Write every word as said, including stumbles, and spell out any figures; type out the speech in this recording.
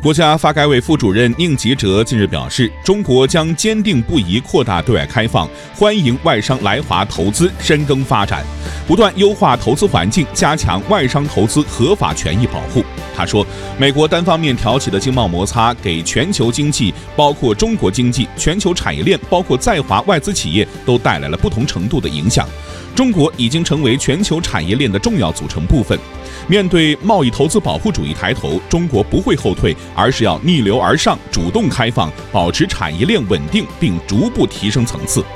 国家发改委副主任宁吉喆近日表示，中国将坚定不移扩大对外开放，欢迎外商来华投资、深耕发展，不断优化投资环境，加强外商投资合法权益保护。他说，美国单方面挑起的经贸摩擦，给全球经济，包括中国经济、全球产业链，包括在华外资企业，都带来了不同程度的影响。中国已经成为全球产业链的重要组成部分。面对贸易投资保护主义抬头，中国不会后退，而是要逆流而上，主动开放，保持产业链稳定，并逐步提升层次。